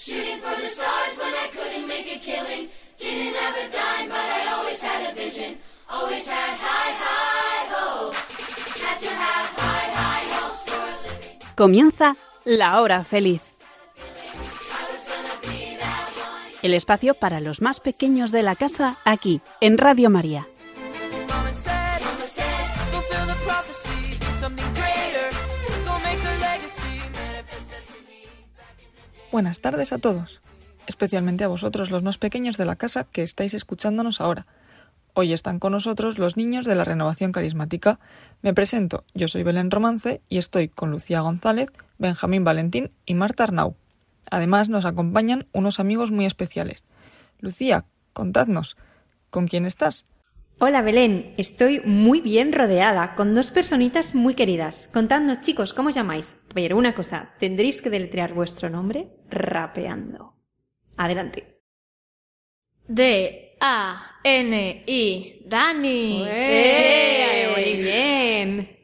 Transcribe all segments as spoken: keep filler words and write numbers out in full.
Shooting for the stars when I couldn't make a killing. Didn't have a dime, but I always had a vision. Always had high, high hopes. Had to have high, high hopes for a living. Comienza La Hora Feliz. El espacio para los más pequeños de la casa, aquí, en Radio María. Buenas tardes a todos, especialmente a vosotros los más pequeños de la casa que estáis escuchándonos ahora. Hoy están con nosotros los niños de la Renovación Carismática. Me presento, yo soy Belén Romance y estoy con Lucía González, Benjamín Valentín y Marta Arnau. Además nos acompañan unos amigos muy especiales. Lucía, contadnos, ¿con quién estás? Hola Belén, estoy muy bien rodeada, con dos personitas muy queridas. Contadnos chicos, ¿cómo os llamáis? Pero una cosa, tendréis que deletrear vuestro nombre rapeando. Adelante. D A N I Dani. ¡Eh! Muy bien.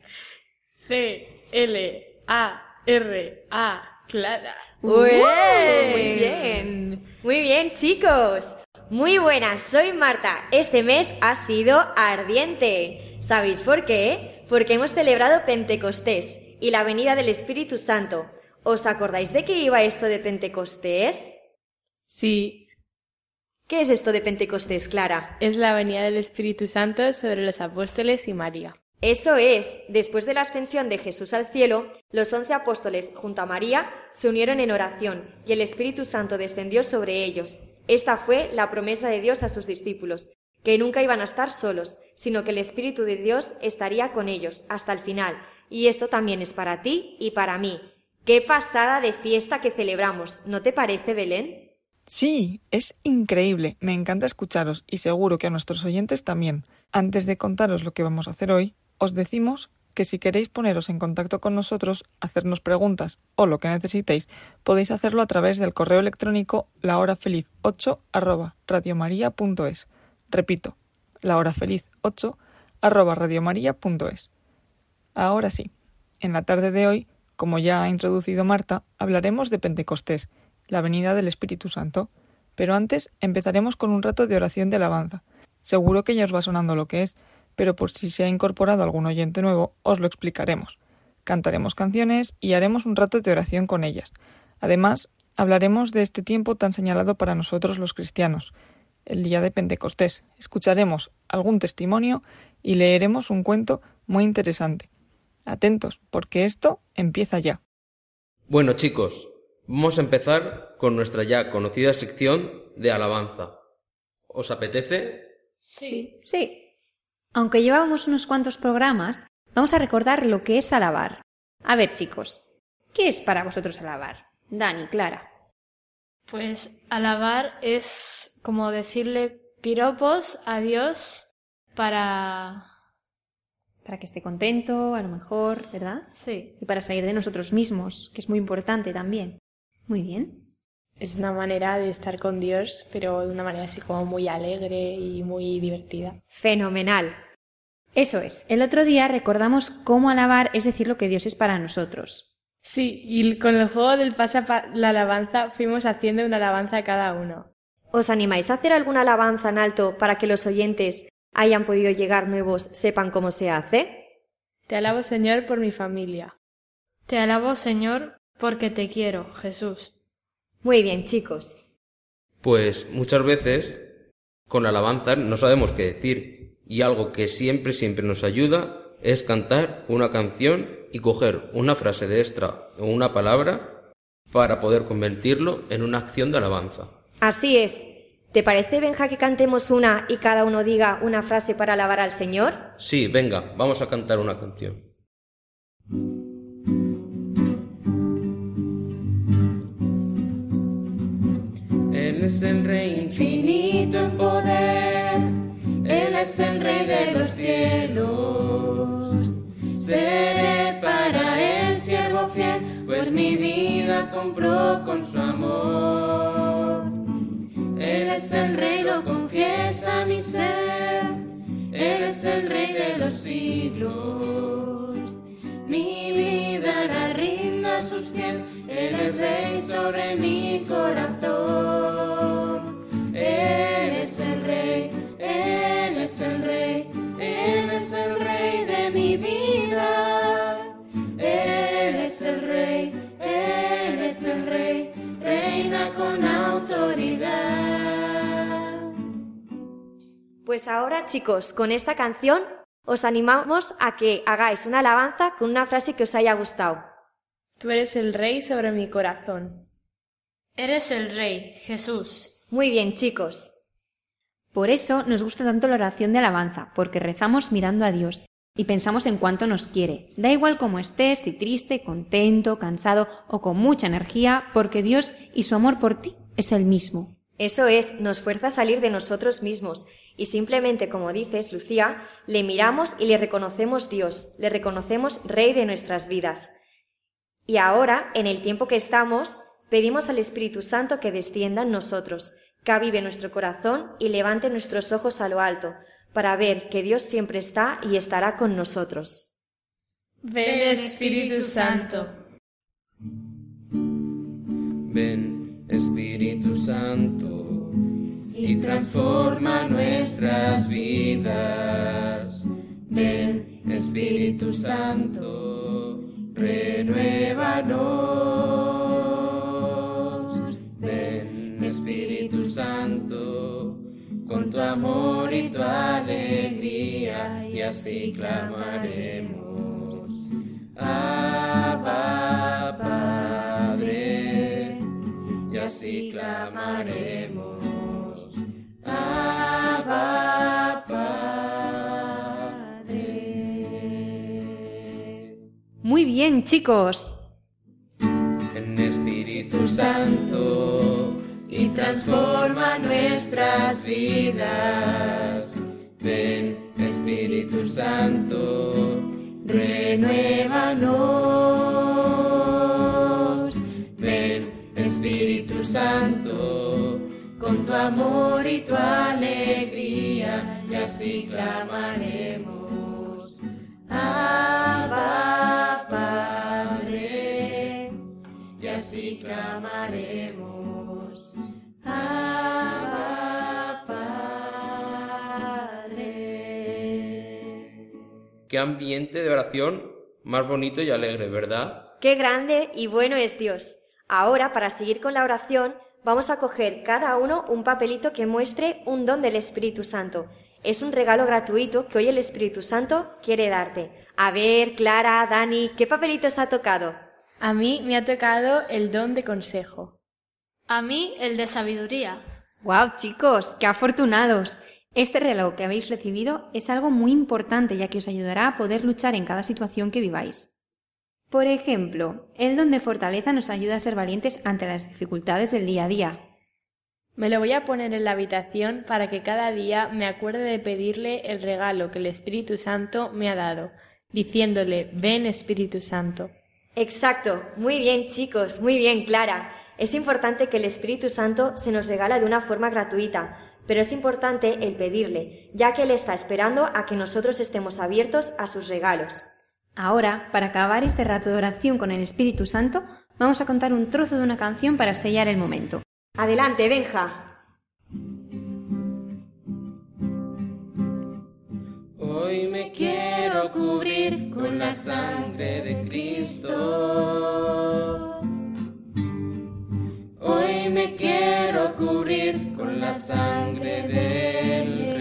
C L A R A Clara. ¡Ué! Muy bien. Muy bien, chicos. Muy buenas, soy Marta. Este mes ha sido ardiente. ¿Sabéis por qué? Porque hemos celebrado Pentecostés y la venida del Espíritu Santo. ¿Os acordáis de qué iba esto de Pentecostés? Sí. ¿Qué es esto de Pentecostés, Clara? Es la venida del Espíritu Santo sobre los apóstoles y María. Eso es, después de la ascensión de Jesús al cielo, los once apóstoles junto a María se unieron en oración y el Espíritu Santo descendió sobre ellos. Esta fue la promesa de Dios a sus discípulos, que nunca iban a estar solos, sino que el Espíritu de Dios estaría con ellos hasta el final. Y esto también es para ti y para mí. ¡Qué pasada de fiesta que celebramos! ¿No te parece, Belén? Sí, es increíble. Me encanta escucharos y seguro que a nuestros oyentes también. Antes de contaros lo que vamos a hacer hoy, os decimos que si queréis poneros en contacto con nosotros, hacernos preguntas o lo que necesitéis, podéis hacerlo a través del correo electrónico lahorafeliz ocho arroba radiomaria punto es. Repito, lahorafeliz ocho arroba radiomaria punto es. Ahora sí, en la tarde de hoy, como ya ha introducido Marta, hablaremos de Pentecostés, la venida del Espíritu Santo, pero antes empezaremos con un rato de oración de alabanza. Seguro que ya os va sonando lo que es, pero por si se ha incorporado algún oyente nuevo, os lo explicaremos. Cantaremos canciones y haremos un rato de oración con ellas. Además, hablaremos de este tiempo tan señalado para nosotros los cristianos, el día de Pentecostés. Escucharemos algún testimonio y leeremos un cuento muy interesante. Atentos, porque esto empieza ya. Bueno, chicos, vamos a empezar con nuestra ya conocida sección de alabanza. ¿Os apetece? Sí. Sí. Aunque llevábamos unos cuantos programas, vamos a recordar lo que es alabar. A ver, chicos, ¿qué es para vosotros alabar? Dani, Clara. Pues alabar es como decirle piropos a Dios para... Para que esté contento, a lo mejor, ¿verdad? Sí. Y para salir de nosotros mismos, que es muy importante también. Muy bien. Es una manera de estar con Dios, pero de una manera así como muy alegre y muy divertida. Fenomenal. Eso es. El otro día recordamos cómo alabar es decir lo que Dios es para nosotros. Sí, y con el juego del pasa la alabanza fuimos haciendo una alabanza a cada uno. ¿Os animáis a hacer alguna alabanza en alto para que los oyentes hayan podido llegar nuevos sepan cómo se hace? Te alabo, Señor, por mi familia. Te alabo, Señor, porque te quiero, Jesús. Muy bien, chicos. Pues muchas veces con la alabanza no sabemos qué decir y algo que siempre, siempre nos ayuda es cantar una canción y coger una frase de extra o una palabra para poder convertirlo en una acción de alabanza. Así es. ¿Te parece, Benja, que cantemos una y cada uno diga una frase para alabar al Señor? Sí, venga, vamos a cantar una canción. Él es el Rey infinito en poder, Él es el Rey de los cielos. Seré para Él siervo fiel, pues mi vida compró con su amor. Él es el Rey, lo confiesa mi ser, Él es el Rey de los siglos. Mi vida la rindo a sus pies. Él es Rey sobre mi corazón. Él es el Rey, Él es el Rey, Él es el Rey de mi vida. Él es el Rey, Él es el Rey, reina con autoridad. Pues ahora, chicos, con esta canción os animamos a que hagáis una alabanza con una frase que os haya gustado. Tú eres el Rey sobre mi corazón. Eres el Rey, Jesús. Muy bien, chicos. Por eso nos gusta tanto la oración de alabanza, porque rezamos mirando a Dios y pensamos en cuánto nos quiere. Da igual cómo estés, si triste, contento, cansado o con mucha energía, porque Dios y su amor por ti es el mismo. Eso es, nos fuerza a salir de nosotros mismos y simplemente, como dices, Lucía, le miramos y le reconocemos Dios, le reconocemos Rey de nuestras vidas. Y ahora, en el tiempo que estamos, pedimos al Espíritu Santo que descienda en nosotros, que avive nuestro corazón y levante nuestros ojos a lo alto, para ver que Dios siempre está y estará con nosotros. Ven, Espíritu Santo. Ven, Espíritu Santo, y transforma nuestras vidas. Ven, Espíritu Santo, renuévanos. Ven, Espíritu Santo, con tu amor y tu alegría, y así clamaremos. Abba, Padre, y así clamaremos. Abba, Padre. Muy bien, chicos. En Espíritu Santo, y transforma nuestras vidas. Ven, Espíritu Santo, renuévanos. Ven, Espíritu Santo, con tu amor y tu alegría, y así clamaremos. Abba, Padre, y así clamaremos. Abba, Padre. Qué ambiente de oración más bonito y alegre, ¿verdad? ¡Qué grande y bueno es Dios! Ahora, para seguir con la oración, vamos a coger cada uno un papelito que muestre un don del Espíritu Santo. Es un regalo gratuito que hoy el Espíritu Santo quiere darte. A ver, Clara, Dani, ¿qué papelito os ha tocado? A mí me ha tocado el don de consejo. A mí el de sabiduría. ¡Guau, chicos! ¡Qué afortunados! Este regalo que habéis recibido es algo muy importante, ya que os ayudará a poder luchar en cada situación que viváis. Por ejemplo, el don de fortaleza nos ayuda a ser valientes ante las dificultades del día a día. Me lo voy a poner en la habitación para que cada día me acuerde de pedirle el regalo que el Espíritu Santo me ha dado, diciéndole, ven Espíritu Santo. Exacto, muy bien chicos, muy bien Clara. Es importante que el Espíritu Santo se nos regala de una forma gratuita, pero es importante el pedirle, ya que Él está esperando a que nosotros estemos abiertos a sus regalos. Ahora, para acabar este rato de oración con el Espíritu Santo, vamos a contar un trozo de una canción para sellar el momento. Adelante, Benja. Hoy me quiero cubrir con la sangre de Cristo. Hoy me quiero cubrir con la sangre del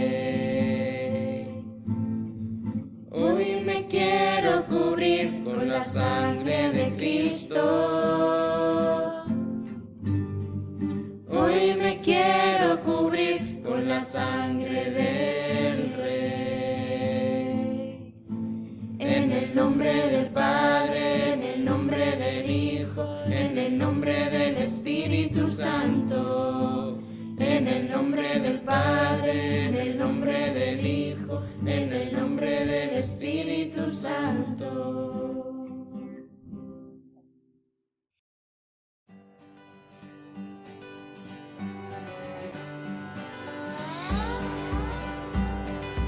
Rey. Hoy me quiero cubrir con la sangre de Cristo. Hoy me quiero cubrir con la sangre del Rey. En el nombre del Padre, en el nombre del Hijo, en el nombre del Espíritu Santo. En el nombre del Padre, en el nombre del Hijo, en el nombre del Espíritu Santo.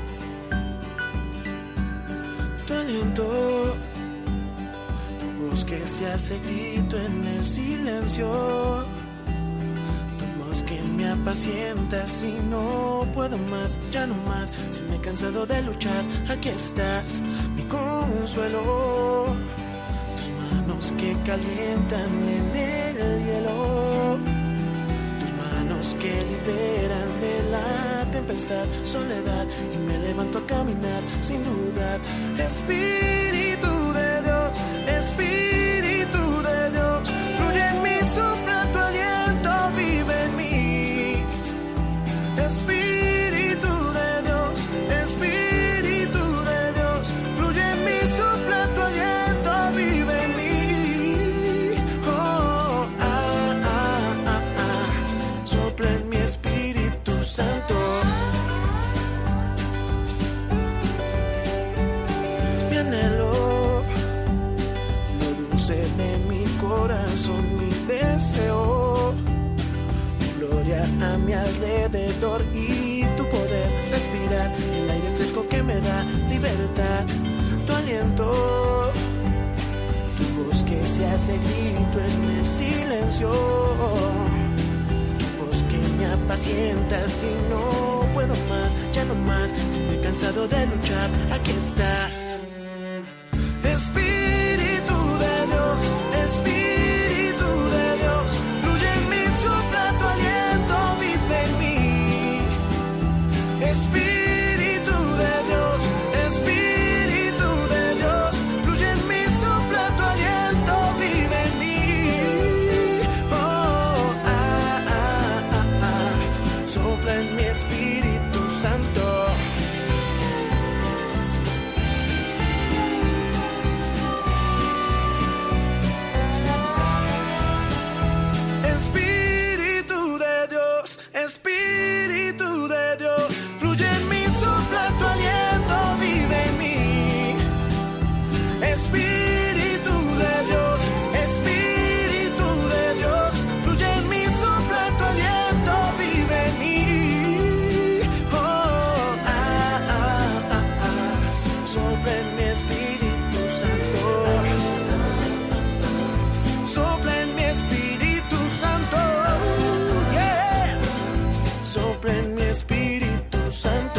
Tu aliento, tu voz que que se hace grito en el silencio, tu voz que me apacienta si no puedo más, ya no más, si me he cansado de luchar, aquí estás, mi consuelo, tus manos que calientan en el hielo, tus manos que liberan de la tempestad, soledad, y me levanto a caminar sin dudar. Espíritu de Dios, Espíritu de Dios, fluye en mí, sopla tu aliento, vive en mí. Espíritu de Dios, Espíritu de Dios, fluye en mí, sopla tu aliento, vive en mí. Oh, ah, ah, ah, ah, sopla en mi Espíritu Santo. Mi anhelo, lo dulce de mi corazón, mi deseo, tu gloria a mi alrededor y tu poder, respirar el aire fresco que me da libertad, tu aliento, tu voz que se hace grito en el silencio, tu voz que me apacienta si no puedo más, ya no más, si me he cansado de luchar, aquí estás. Espíritu de Dios, Espíritu de Dios, fluye en mí, sopla tu aliento, vive en mí. Espíritu de Dios, Espíritu de Dios, fluye en mí, sopla tu aliento, vive en mí. Oh, ah, ah, ah, ah, sopla en mi Espíritu Santo. Espíritu de Dios, Espíritu de Dios, fluye en mí, sopla tu aliento, vive en mí. Espíritu de Dios, Espíritu de Dios, fluye en mí, sopla tu aliento, vive en mí. Oh, ah, ah, ah, ah, sopla en mi Espíritu Santo. Sopla en mi Espíritu Santo, yeah. Sopla en mi Espíritu Santo.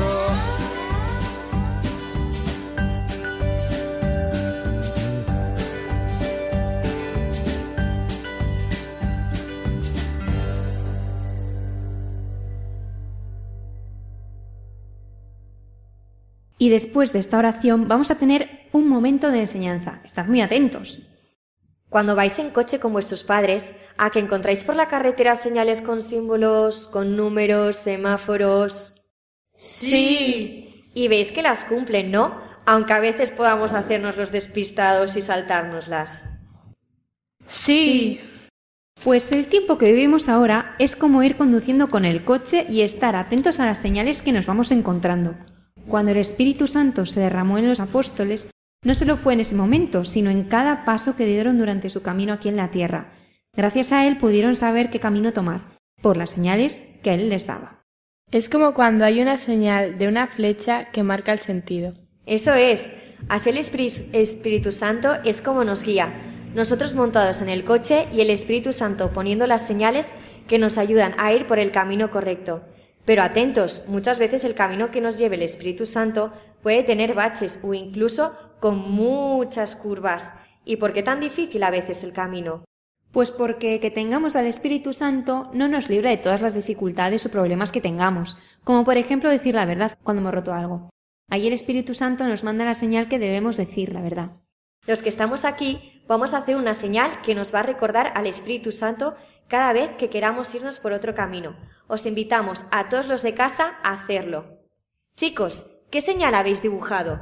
Y después de esta oración vamos a tener un momento de enseñanza. Estad muy atentos. Cuando vais en coche con vuestros padres, ¿a que encontráis por la carretera señales con símbolos, con números, semáforos? Sí. Y veis que las cumplen, ¿no? Aunque a veces podamos hacernos los despistados y saltárnoslas. Sí. Pues el tiempo que vivimos ahora es como ir conduciendo con el coche y estar atentos a las señales que nos vamos encontrando. Cuando el Espíritu Santo se derramó en los apóstoles, no solo fue en ese momento, sino en cada paso que dieron durante su camino aquí en la tierra. Gracias a él pudieron saber qué camino tomar, por las señales que él les daba. Es como cuando hay una señal de una flecha que marca el sentido. Eso es. Así el Espíritu, Espíritu Santo es como nos guía. Nosotros montados en el coche y el Espíritu Santo poniendo las señales que nos ayudan a ir por el camino correcto. Pero atentos, muchas veces el camino que nos lleve el Espíritu Santo puede tener baches o incluso con muchas curvas. ¿Y por qué tan difícil a veces el camino? Pues porque que tengamos al Espíritu Santo no nos libra de todas las dificultades o problemas que tengamos, como por ejemplo decir la verdad cuando hemos roto algo. Ahí el Espíritu Santo nos manda la señal que debemos decir la verdad. Los que estamos aquí vamos a hacer una señal que nos va a recordar al Espíritu Santo cada vez que queramos irnos por otro camino. Os invitamos a todos los de casa a hacerlo. Chicos, ¿qué señal habéis dibujado?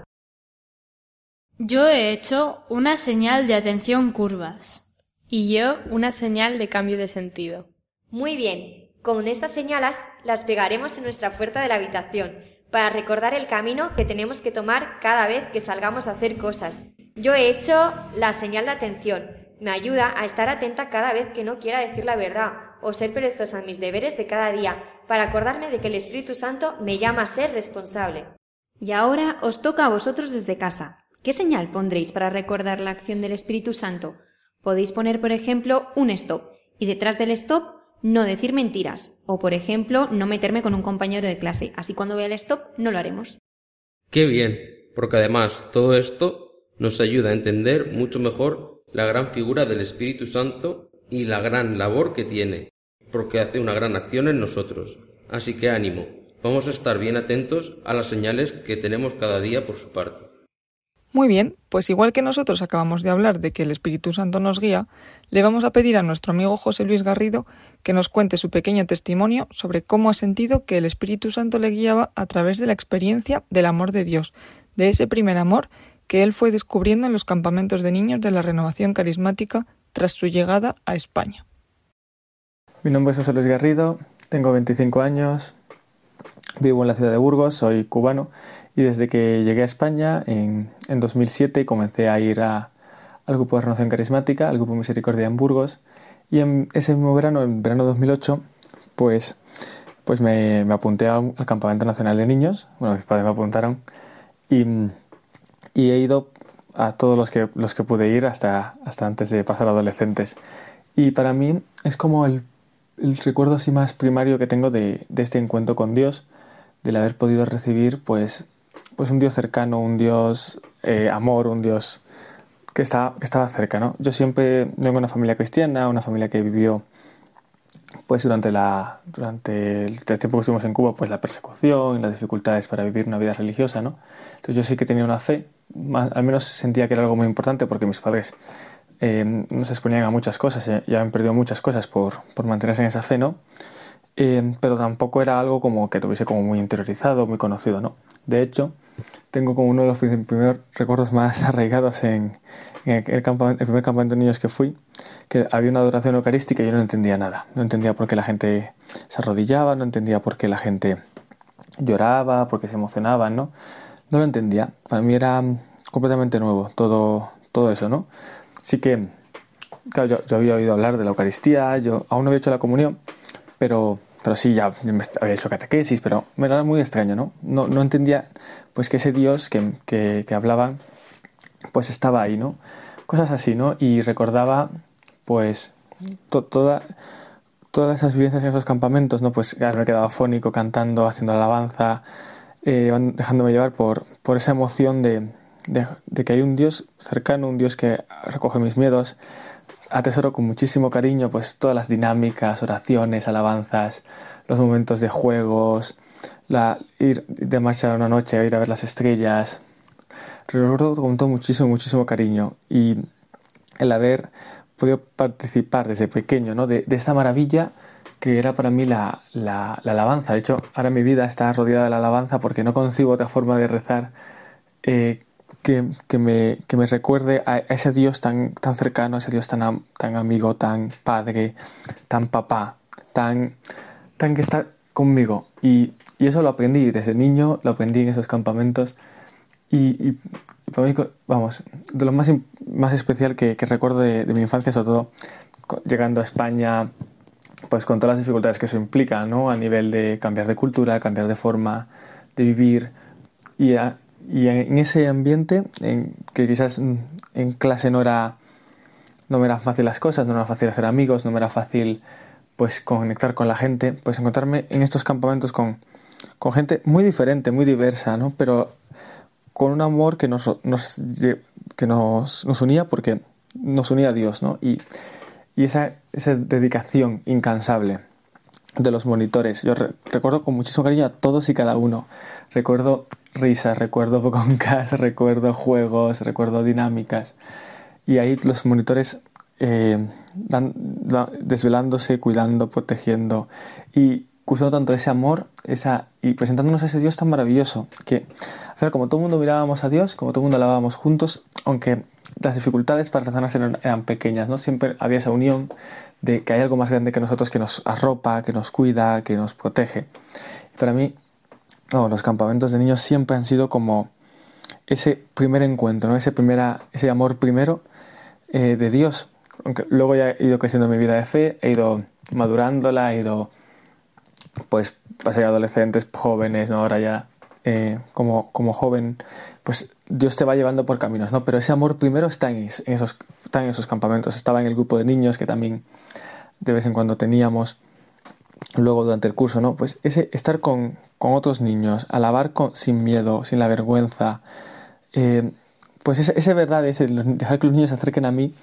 Yo he hecho una señal de atención curvas. Y yo una señal de cambio de sentido. Muy bien. Con estas señales las pegaremos en nuestra puerta de la habitación para recordar el camino que tenemos que tomar cada vez que salgamos a hacer cosas. Yo he hecho la señal de atención. Me ayuda a estar atenta cada vez que no quiera decir la verdad o ser perezosa en mis deberes de cada día, para acordarme de que el Espíritu Santo me llama a ser responsable. Y ahora os toca a vosotros desde casa. ¿Qué señal pondréis para recordar la acción del Espíritu Santo? Podéis poner, por ejemplo, un stop y detrás del stop no decir mentiras o, por ejemplo, no meterme con un compañero de clase. Así cuando vea el stop no lo haremos. ¡Qué bien! Porque además todo esto nos ayuda a entender mucho mejor la gran figura del Espíritu Santo y la gran labor que tiene, porque hace una gran acción en nosotros. Así que ánimo, vamos a estar bien atentos a las señales que tenemos cada día por su parte. Muy bien, pues igual que nosotros acabamos de hablar de que el Espíritu Santo nos guía, le vamos a pedir a nuestro amigo José Luis Garrido que nos cuente su pequeño testimonio sobre cómo ha sentido que el Espíritu Santo le guiaba a través de la experiencia del amor de Dios, de ese primer amor que él fue descubriendo en los campamentos de niños de la Renovación Carismática tras su llegada a España. Mi nombre es José Luis Garrido, tengo veinticinco años, vivo en la ciudad de Burgos, soy cubano y desde que llegué a España en, en dos mil siete comencé a ir a, al grupo de Renovación Carismática, al grupo Misericordia en Burgos, y en ese mismo verano, en verano dos mil ocho, pues, pues me, me apunté a un, al Campamento Nacional de Niños. Bueno, mis padres me apuntaron y, y he ido a todos los que, los que pude ir hasta, hasta antes de pasar a adolescentes. Y para mí es como el, el recuerdo así más primario que tengo de, de este encuentro con Dios, del haber podido recibir pues, pues un Dios cercano, un Dios eh, amor, un Dios que, está, que estaba cerca, ¿no? Yo siempre vengo de una familia cristiana, una familia que vivió pues durante, la, durante el tiempo que estuvimos en Cuba, pues la persecución y las dificultades para vivir una vida religiosa, ¿no? Entonces yo sí que tenía una fe, más, al menos sentía que era algo muy importante porque mis padres eh, nos exponían a muchas cosas, eh, ya han perdido muchas cosas por, por mantenerse en esa fe, ¿no? Eh, pero tampoco era algo como que tuviese como muy interiorizado, muy conocido, ¿no? De hecho, tengo como uno de los primeros recuerdos más arraigados en, en el, campamento, el primer campamento de niños que fui, que había una adoración eucarística y yo no entendía nada. No entendía por qué la gente se arrodillaba, no entendía por qué la gente lloraba, por qué se emocionaba, ¿no? No lo entendía. Para mí era completamente nuevo todo, todo eso, ¿no? Así que, claro, yo, yo había oído hablar de la Eucaristía, yo aún no había hecho la comunión, pero, pero sí, ya había hecho catequesis, pero me era muy extraño, ¿no? No, no entendía pues que ese Dios que, que, que hablaban pues estaba ahí, ¿no? Cosas así, ¿no? Y recordaba pues to, toda, todas esas vivencias en esos campamentos, ¿no? Pues me quedaba afónico cantando, haciendo alabanza, eh, dejándome llevar por, por esa emoción de, de, de que hay un Dios cercano, un Dios que recoge mis miedos. Atesoro con muchísimo cariño pues todas las dinámicas, oraciones, alabanzas, los momentos de juegos, la, ir de marcha una noche, ir a ver las estrellas. Recuerdo con todo muchísimo, muchísimo cariño y el haber podido participar desde pequeño, ¿no? de, de esa maravilla que era para mí la, la, la alabanza. De hecho, ahora mi vida está rodeada de la alabanza porque no concibo otra forma de rezar eh, Que, que, me, que me recuerde a ese Dios tan, tan cercano, a ese Dios tan, tan amigo, tan padre, tan papá, tan, tan que está conmigo. Y, y eso lo aprendí desde niño, lo aprendí en esos campamentos. Y, y, y para mí, vamos, de lo más, más especial que, que recuerdo de, de mi infancia, sobre todo llegando a España, pues con todas las dificultades que eso implica, ¿no? A nivel de cambiar de cultura, cambiar de forma de vivir y a, Y en ese ambiente, en que quizás en clase no era, no me era fácil las cosas, no era fácil hacer amigos, no me era fácil pues conectar con la gente, pues encontrarme en estos campamentos con, con gente muy diferente, muy diversa, ¿no? Pero con un amor que nos, nos, que nos, nos unía porque nos unía a Dios, ¿no? Y, y esa, esa dedicación incansable de los monitores. Yo re, recuerdo con muchísimo cariño a todos y cada uno. Recuerdo risas, recuerdo broncas, recuerdo juegos, recuerdo dinámicas. Y ahí los monitores eh, dan, dan, desvelándose, cuidando, protegiendo y usando tanto ese amor esa, y presentándonos a ese Dios tan maravilloso que, al final, como todo el mundo mirábamos a Dios, como todo el mundo alabábamos juntos, aunque las dificultades para rezarnos eran, eran pequeñas, ¿no? Siempre había esa unión de que hay algo más grande que nosotros que nos arropa, que nos cuida, que nos protege. Y para mí, no, los campamentos de niños siempre han sido como ese primer encuentro, ¿no? Ese, primera, ese amor primero eh, de Dios. Aunque luego ya he ido creciendo mi vida de fe, he ido madurándola, he ido, pues, pasé adolescentes, jóvenes, ¿no? Ahora ya eh, como, como joven, pues Dios te va llevando por caminos, ¿no? Pero ese amor primero está en, es, en esos, está en esos campamentos. Estaba en el grupo de niños que también de vez en cuando teníamos. Luego durante el curso, ¿no? Pues ese estar con, con otros niños, alabar con, sin miedo, sin la vergüenza, eh, pues ese, ese verdad, ese dejar que los niños se acerquen a mí,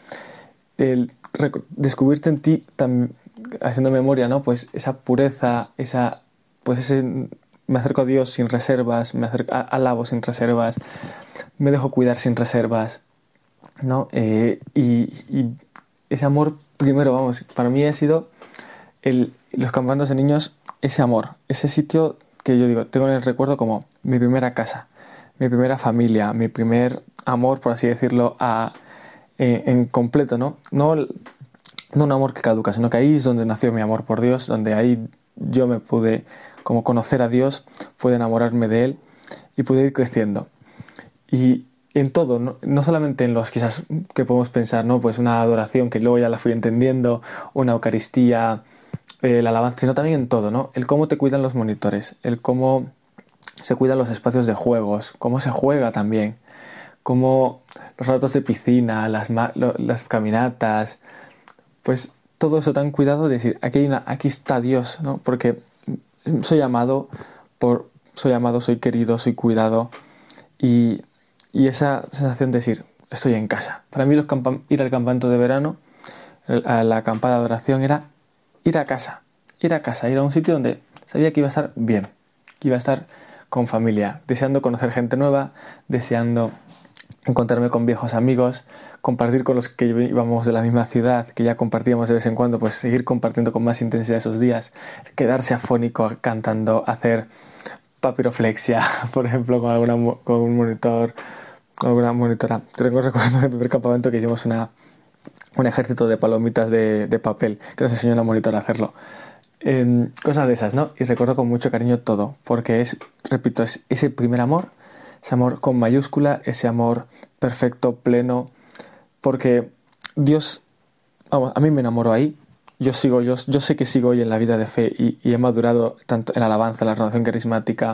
el descubrirte en ti, tam, haciendo memoria, ¿no? Pues esa pureza, esa, pues ese, me acerco a Dios sin reservas, me acerco, a, alabo sin reservas, me dejo cuidar sin reservas, ¿no? Eh, y, y ese amor primero, vamos, para mí ha sido el, los campamentos de niños, ese amor, ese sitio que yo digo, tengo en el recuerdo como mi primera casa, mi primera familia, mi primer amor, por así decirlo, a, en, en completo, ¿no? No, no un amor que caduca, sino que ahí es donde nació mi amor por Dios, donde ahí yo me pude como conocer a Dios, pude enamorarme de Él y pude ir creciendo. Y en todo, no, no solamente en los quizás que podemos pensar, ¿no? Pues una adoración que luego ya la fui entendiendo, una Eucaristía, el alabanza, sino también en todo, ¿no? El cómo te cuidan los monitores, el cómo se cuidan los espacios de juegos, cómo se juega también, cómo los ratos de piscina, las, las caminatas, pues todo eso tan cuidado de decir, aquí, hay una, aquí está Dios, ¿no? Porque soy amado, por, soy amado, soy querido, soy cuidado, y, y esa sensación de decir, estoy en casa. Para mí los campa- ir al campamento de verano, a la acampada de adoración, era ir a casa, ir a casa, ir a un sitio donde sabía que iba a estar bien, que iba a estar con familia, deseando conocer gente nueva, deseando encontrarme con viejos amigos, compartir con los que íbamos de la misma ciudad, que ya compartíamos de vez en cuando, pues seguir compartiendo con más intensidad esos días, quedarse afónico cantando, hacer papiroflexia, por ejemplo, con, alguna, con un monitor, con alguna monitora. Tengo recuerdo del primer campamento que hicimos una un ejército de palomitas de, de papel, que nos enseñó la monitora a hacerlo. Eh, cosas de esas, ¿no? Y recuerdo con mucho cariño todo, porque es, repito, es ese primer amor, ese amor con mayúscula, ese amor perfecto, pleno, porque Dios, vamos, a mí me enamoró ahí. Yo sigo, yo, yo sé que sigo hoy en la vida de fe y, y he madurado tanto en la alabanza, en la renovación carismática,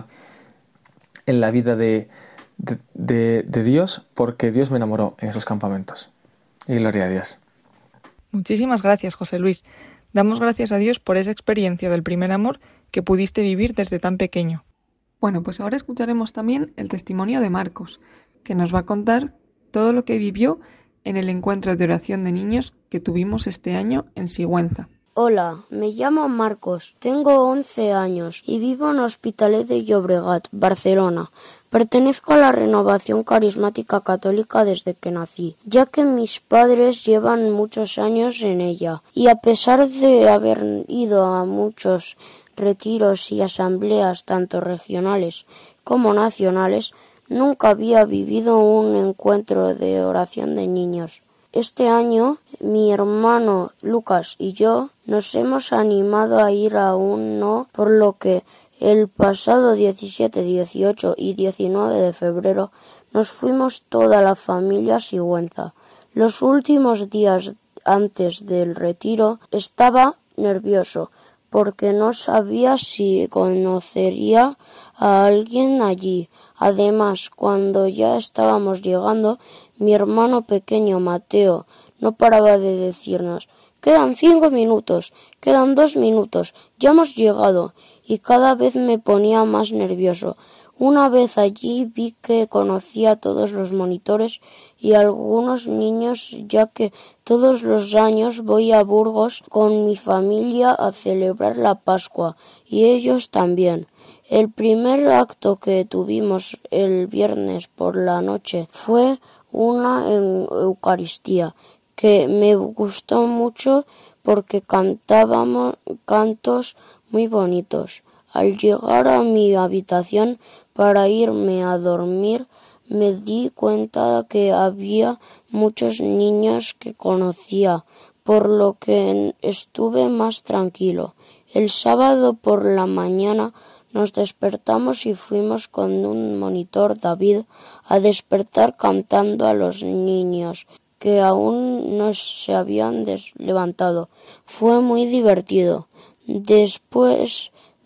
en la vida de, de, de, de Dios, porque Dios me enamoró en esos campamentos. Y gloria a Dios. Muchísimas gracias, José Luis. Damos gracias a Dios por esa experiencia del primer amor que pudiste vivir desde tan pequeño. Bueno, pues ahora escucharemos también el testimonio de Marcos, que nos va a contar todo lo que vivió en el encuentro de oración de niños que tuvimos este año en Sigüenza. Hola, me llamo Marcos, tengo once años y vivo en Hospitalet de Llobregat, Barcelona. Pertenezco a la Renovación Carismática Católica desde que nací, ya que mis padres llevan muchos años en ella, y a pesar de haber ido a muchos retiros y asambleas tanto regionales como nacionales, nunca había vivido un encuentro de oración de niños. Este año, mi hermano Lucas y yo nos hemos animado a ir a uno, por lo que el pasado diecisiete, dieciocho y diecinueve de febrero nos fuimos toda la familia a Sigüenza. Los últimos días antes del retiro estaba nervioso porque no sabía si conocería a alguien allí. Además, cuando ya estábamos llegando, mi hermano pequeño Mateo no paraba de decirnos: «Quedan cinco minutos, quedan dos minutos, ya hemos llegado», y cada vez me ponía más nervioso. Una vez allí vi que conocía a todos los monitores y a algunos niños, ya que todos los años voy a Burgos con mi familia a celebrar la Pascua, y ellos también. El primer acto que tuvimos el viernes por la noche fue una Eucaristía, que me gustó mucho porque cantábamos cantos muy bonitos. Al llegar a mi habitación para irme a dormir, me di cuenta que había muchos niños que conocía, por lo que estuve más tranquilo. El sábado por la mañana nos despertamos y fuimos con un monitor, David, a despertar cantando a los niños que aún no se habían levantado. Fue muy divertido. Después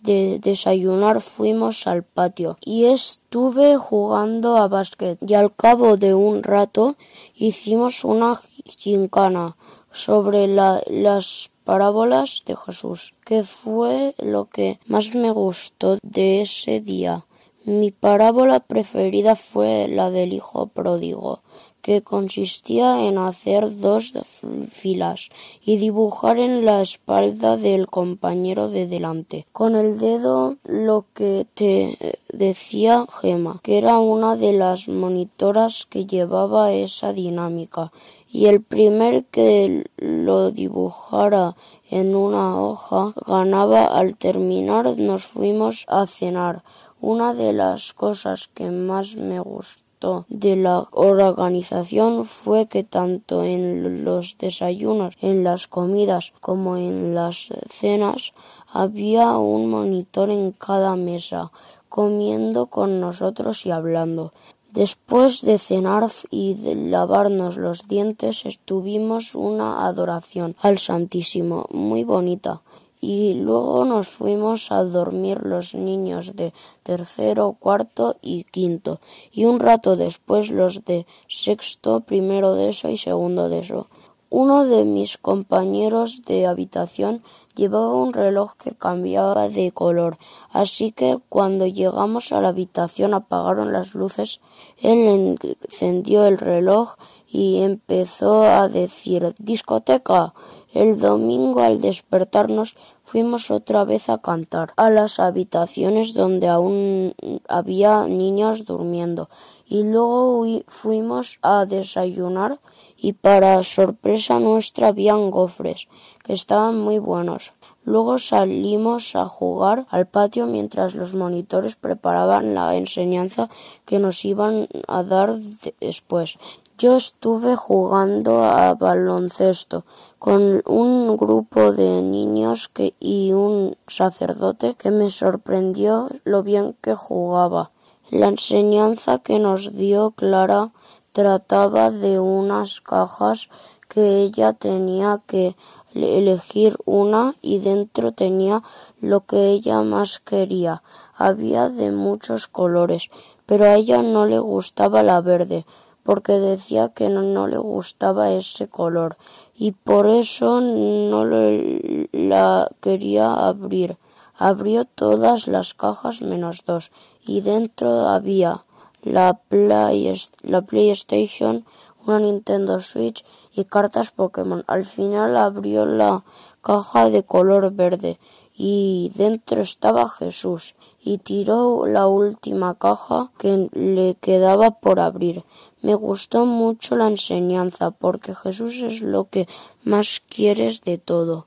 de desayunar fuimos al patio y estuve jugando a básquet y al cabo de un rato hicimos una gincana sobre la, las parábolas de Jesús, que fue lo que más me gustó de ese día. Mi parábola preferida fue la del hijo pródigo, que consistía en hacer dos filas y dibujar en la espalda del compañero de delante con el dedo lo que te decía Gemma, que era una de las monitoras que llevaba esa dinámica, y el primer que lo dibujara en una hoja ganaba. Al terminar nos fuimos a cenar. Una de las cosas que más me gustó de la organización fue que tanto en los desayunos, en las comidas como en las cenas había un monitor en cada mesa, comiendo con nosotros y hablando. Después de cenar y de lavarnos los dientes, tuvimos una adoración al Santísimo muy bonita. Y luego nos fuimos a dormir los niños de tercero, cuarto y quinto, y un rato después los de sexto, primero de eso y segundo de eso. Uno de mis compañeros de habitación llevaba un reloj que cambiaba de color, así que cuando llegamos a la habitación apagaron las luces, él encendió el reloj y empezó a decir «¡Discoteca!». El domingo al despertarnos fuimos otra vez a cantar a las habitaciones donde aún había niños durmiendo y luego fuimos a desayunar y para sorpresa nuestra habían gofres que estaban muy buenos. Luego salimos a jugar al patio mientras los monitores preparaban la enseñanza que nos iban a dar después. Yo estuve jugando a baloncesto con un grupo de niños que, y un sacerdote que me sorprendió lo bien que jugaba. La enseñanza que nos dio Clara trataba de unas cajas que ella tenía que elegir una y dentro tenía lo que ella más quería. Había de muchos colores, pero a ella no le gustaba la verde, porque decía que no, no le gustaba ese color y por eso no le, la quería abrir. Abrió todas las cajas menos dos y dentro había la, Play, la PlayStation, una Nintendo Switch y cartas Pokémon. Al final abrió la caja de color verde y dentro estaba Jesús y tiró la última caja que le quedaba por abrir. Me gustó mucho la enseñanza porque Jesús es lo que más quieres de todo.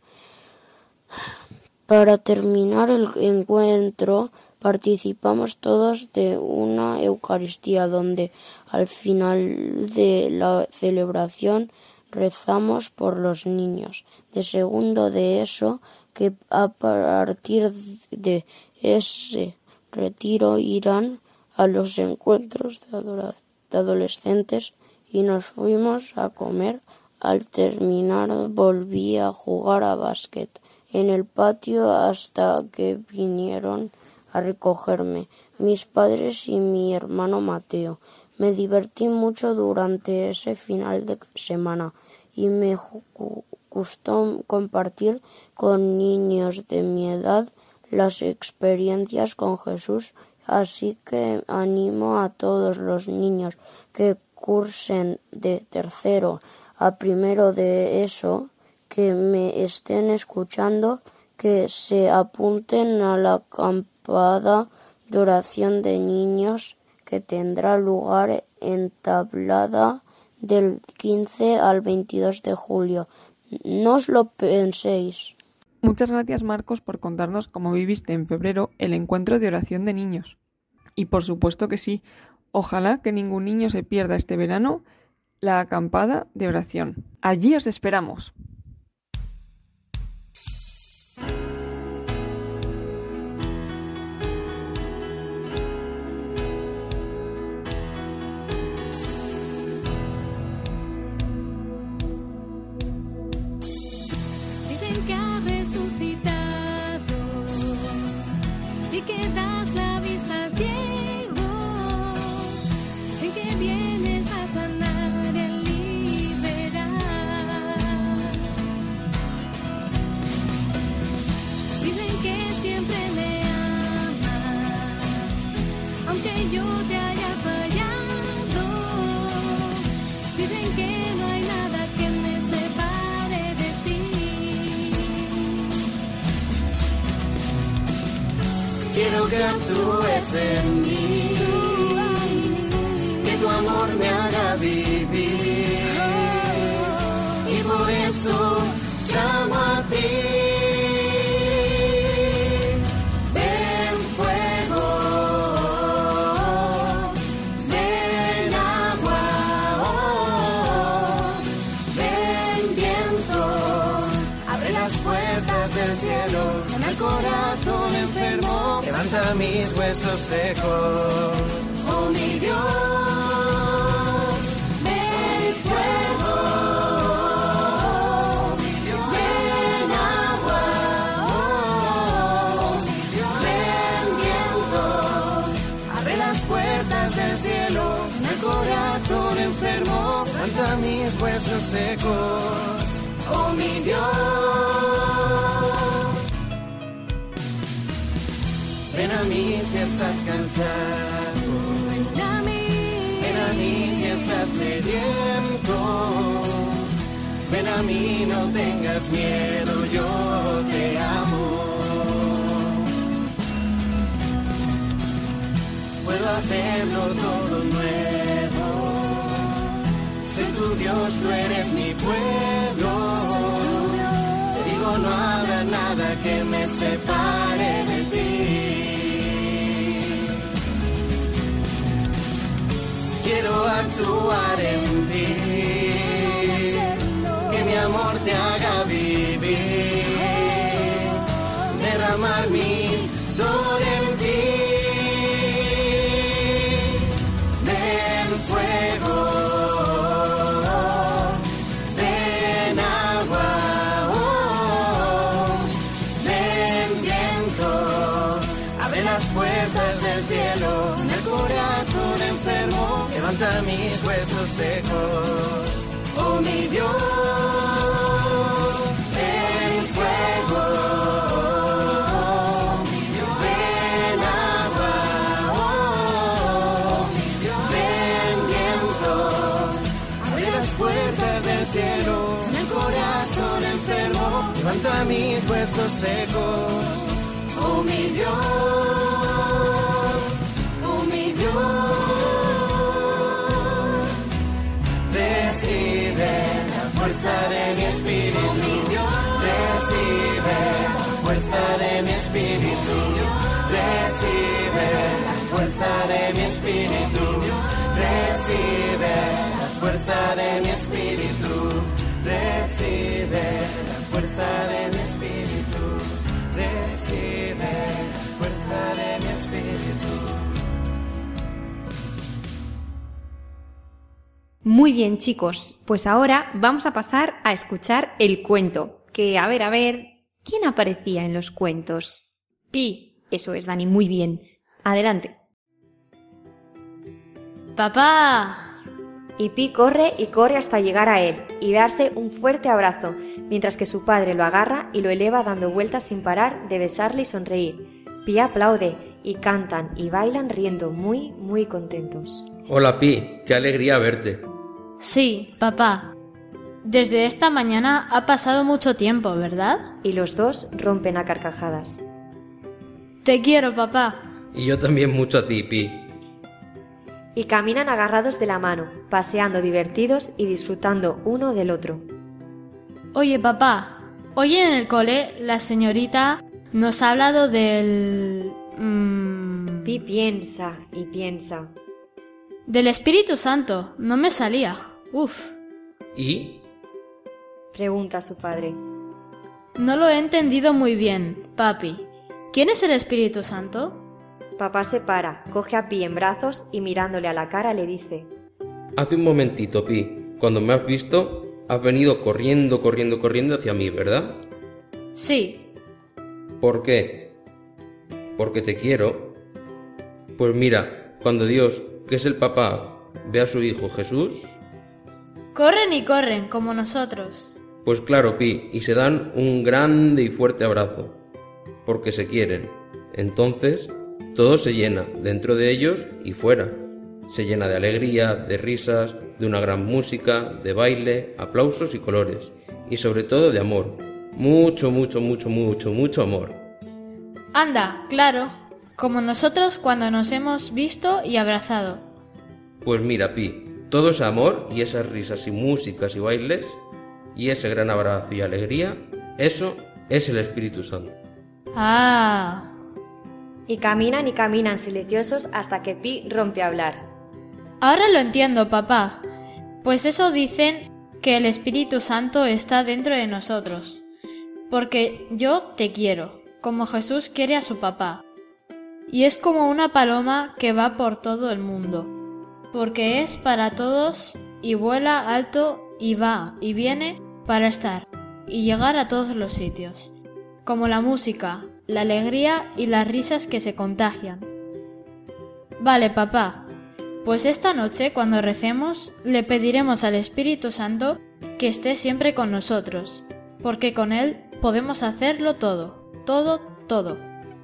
Para terminar el encuentro participamos todos de una Eucaristía donde al final de la celebración rezamos por los niños. De segundo de eso, que a partir de ese retiro irán a los encuentros de, adora- de adolescentes y nos fuimos a comer. Al terminar volví a jugar a básquet en el patio hasta que vinieron a recogerme mis padres y mi hermano Mateo. Me divertí mucho durante ese final de semana y me gustó compartir con niños de mi edad las experiencias con Jesús, así que animo a todos los niños que cursen de tercero a primero de eso, que me estén escuchando, que se apunten a la acampada de oración de niños que tendrá lugar en Tablada del quince al veintidós de julio. No os lo penséis. Muchas gracias, Marcos, por contarnos cómo viviste en febrero el encuentro de oración de niños. Y por supuesto que sí, ojalá que ningún niño se pierda este verano la acampada de oración. Allí os esperamos. Que ha resucitado, yo te haya fallado. Dicen que no hay nada que me separe de ti. Quiero que actúes en mí, que tu amor me haga vivir, y por eso llamo a ti. Ven fuego, ven agua, oh, ven viento, abre las puertas del cielo, sana el corazón enfermo, levanta mis huesos secos, oh mi Dios. Ven fuego, ven agua, oh, ven viento, abre las puertas del cielo, sana el corazón enfermo, levanta mis huesos secos, oh mi Dios. Ven a mí si estás cansado, ven a mí, ven a mí si estás sediento, ven a mí, no tengas miedo, yo te amo. Puedo hacerlo todo nuevo, soy tu Dios, tú eres mi pueblo. Te digo, no habrá nada que me separe de ti. Quiero actuar en ti, que mi amor te haga vivir, derramar mi dolor en ti. Ven fuego, ven agua, oh, ven viento, abre las puertas del cielo, en el corazón enfermo, levanta mis huesos secos, oh mi Dios. Ven fuego, ven agua, oh, ven viento, abre las puertas del cielo, en el corazón enfermo, levanta mis huesos secos, oh mi Dios, oh mi Dios. Recibe la fuerza de mi espíritu, recibe la fuerza de mi espíritu, recibe la fuerza de mi espíritu, recibe la fuerza de mi espíritu, recibe la fuerza de mi espíritu, recibe la fuerza de mi espíritu. Muy bien, chicos, pues ahora vamos a pasar a escuchar el cuento. Que, a ver, a ver, ¿quién aparecía en los cuentos? Pi. Eso es, Dani, muy bien. Adelante. ¡Papá! Y Pi corre y corre hasta llegar a él y darse un fuerte abrazo, mientras que su padre lo agarra y lo eleva dando vueltas sin parar de besarle y sonreír. Pi aplaude y cantan y bailan riendo muy, muy contentos. Hola Pi, qué alegría verte. Sí, papá. Desde esta mañana ha pasado mucho tiempo, ¿verdad? Y los dos rompen a carcajadas. Te quiero, papá. Y yo también mucho a ti, Pi. Y caminan agarrados de la mano, paseando divertidos y disfrutando uno del otro. Oye, papá, hoy en el cole la señorita nos ha hablado del... Mmm... Pi piensa y piensa. Del Espíritu Santo, no me salía. Uf. ¿Y? Pregunta su padre. No lo he entendido muy bien, papi. ¿Quién es el Espíritu Santo? Papá se para, coge a Pi en brazos y mirándole a la cara le dice: Hace un momentito, Pi, cuando me has visto, has venido corriendo, corriendo, corriendo hacia mí, ¿verdad? Sí. ¿Por qué? Porque te quiero. Pues mira, cuando Dios, que es el papá, ve a su hijo Jesús... Corren y corren, como nosotros. Pues claro, Pi, y se dan un grande y fuerte abrazo, porque se quieren. Entonces, Todo se llena, dentro de ellos y fuera. Se llena de alegría, de risas, de una gran música, de baile, aplausos y colores. Y sobre todo de amor. Mucho, mucho, mucho, mucho, mucho amor. Anda, claro, como nosotros cuando nos hemos visto y abrazado. Pues mira, Pi, todo ese amor y esas risas y músicas y bailes y ese gran abrazo y alegría, eso es el Espíritu Santo. Ah. Y caminan y caminan silenciosos hasta que Pi rompe a hablar. Ahora lo entiendo, papá. Pues eso dicen que el Espíritu Santo está dentro de nosotros. Porque yo te quiero, como Jesús quiere a su papá. Y es como una paloma que va por todo el mundo. Porque es para todos y vuela alto y va y viene para estar y llegar a todos los sitios. Como la música, la alegría y las risas que se contagian. Vale, papá. Pues esta noche, cuando recemos, le pediremos al Espíritu Santo que esté siempre con nosotros, porque con Él podemos hacerlo todo, todo, todo.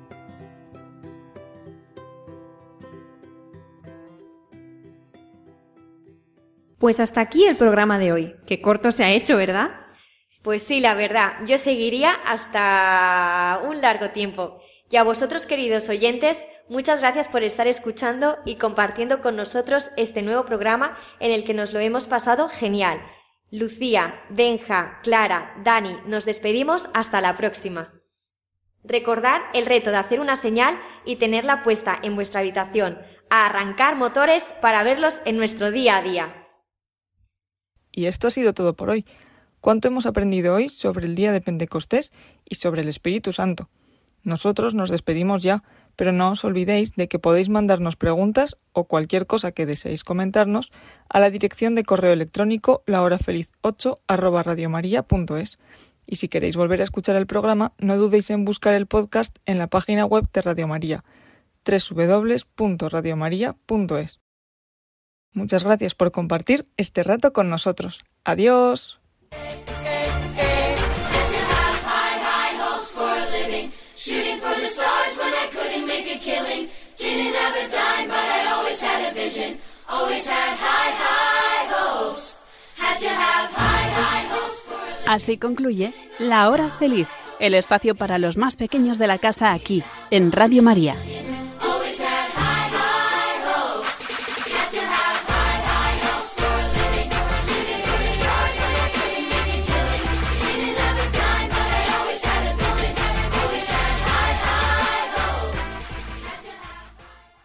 Pues hasta aquí el programa de hoy. Qué corto se ha hecho, ¿verdad? Pues sí, la verdad, yo seguiría hasta un largo tiempo. Y a vosotros, queridos oyentes, muchas gracias por estar escuchando y compartiendo con nosotros este nuevo programa en el que nos lo hemos pasado genial. Lucía, Benja, Clara, Dani, nos despedimos hasta la próxima. Recordad el reto de hacer una señal y tenerla puesta en vuestra habitación, a arrancar motores para verlos en nuestro día a día. Y esto ha sido todo por hoy. ¿Cuánto hemos aprendido hoy sobre el día de Pentecostés y sobre el Espíritu Santo? Nosotros nos despedimos ya, pero no os olvidéis de que podéis mandarnos preguntas o cualquier cosa que deseéis comentarnos a la dirección de correo electrónico lahorafeliz ocho arroba radiomaria punto es. Y si queréis volver a escuchar el programa, no dudéis en buscar el podcast en la página web de Radio María, doble u doble u doble u punto radio maria punto es. Muchas gracias por compartir este rato con nosotros. ¡Adiós! Shooting for the stars when I couldn't make a killing. Didn't have a dime, but I always had a vision. Always had high, high hopes. Had to have high, high hopes for a living. Así concluye La Hora Feliz, el espacio para los más pequeños de la casa aquí, en Radio María.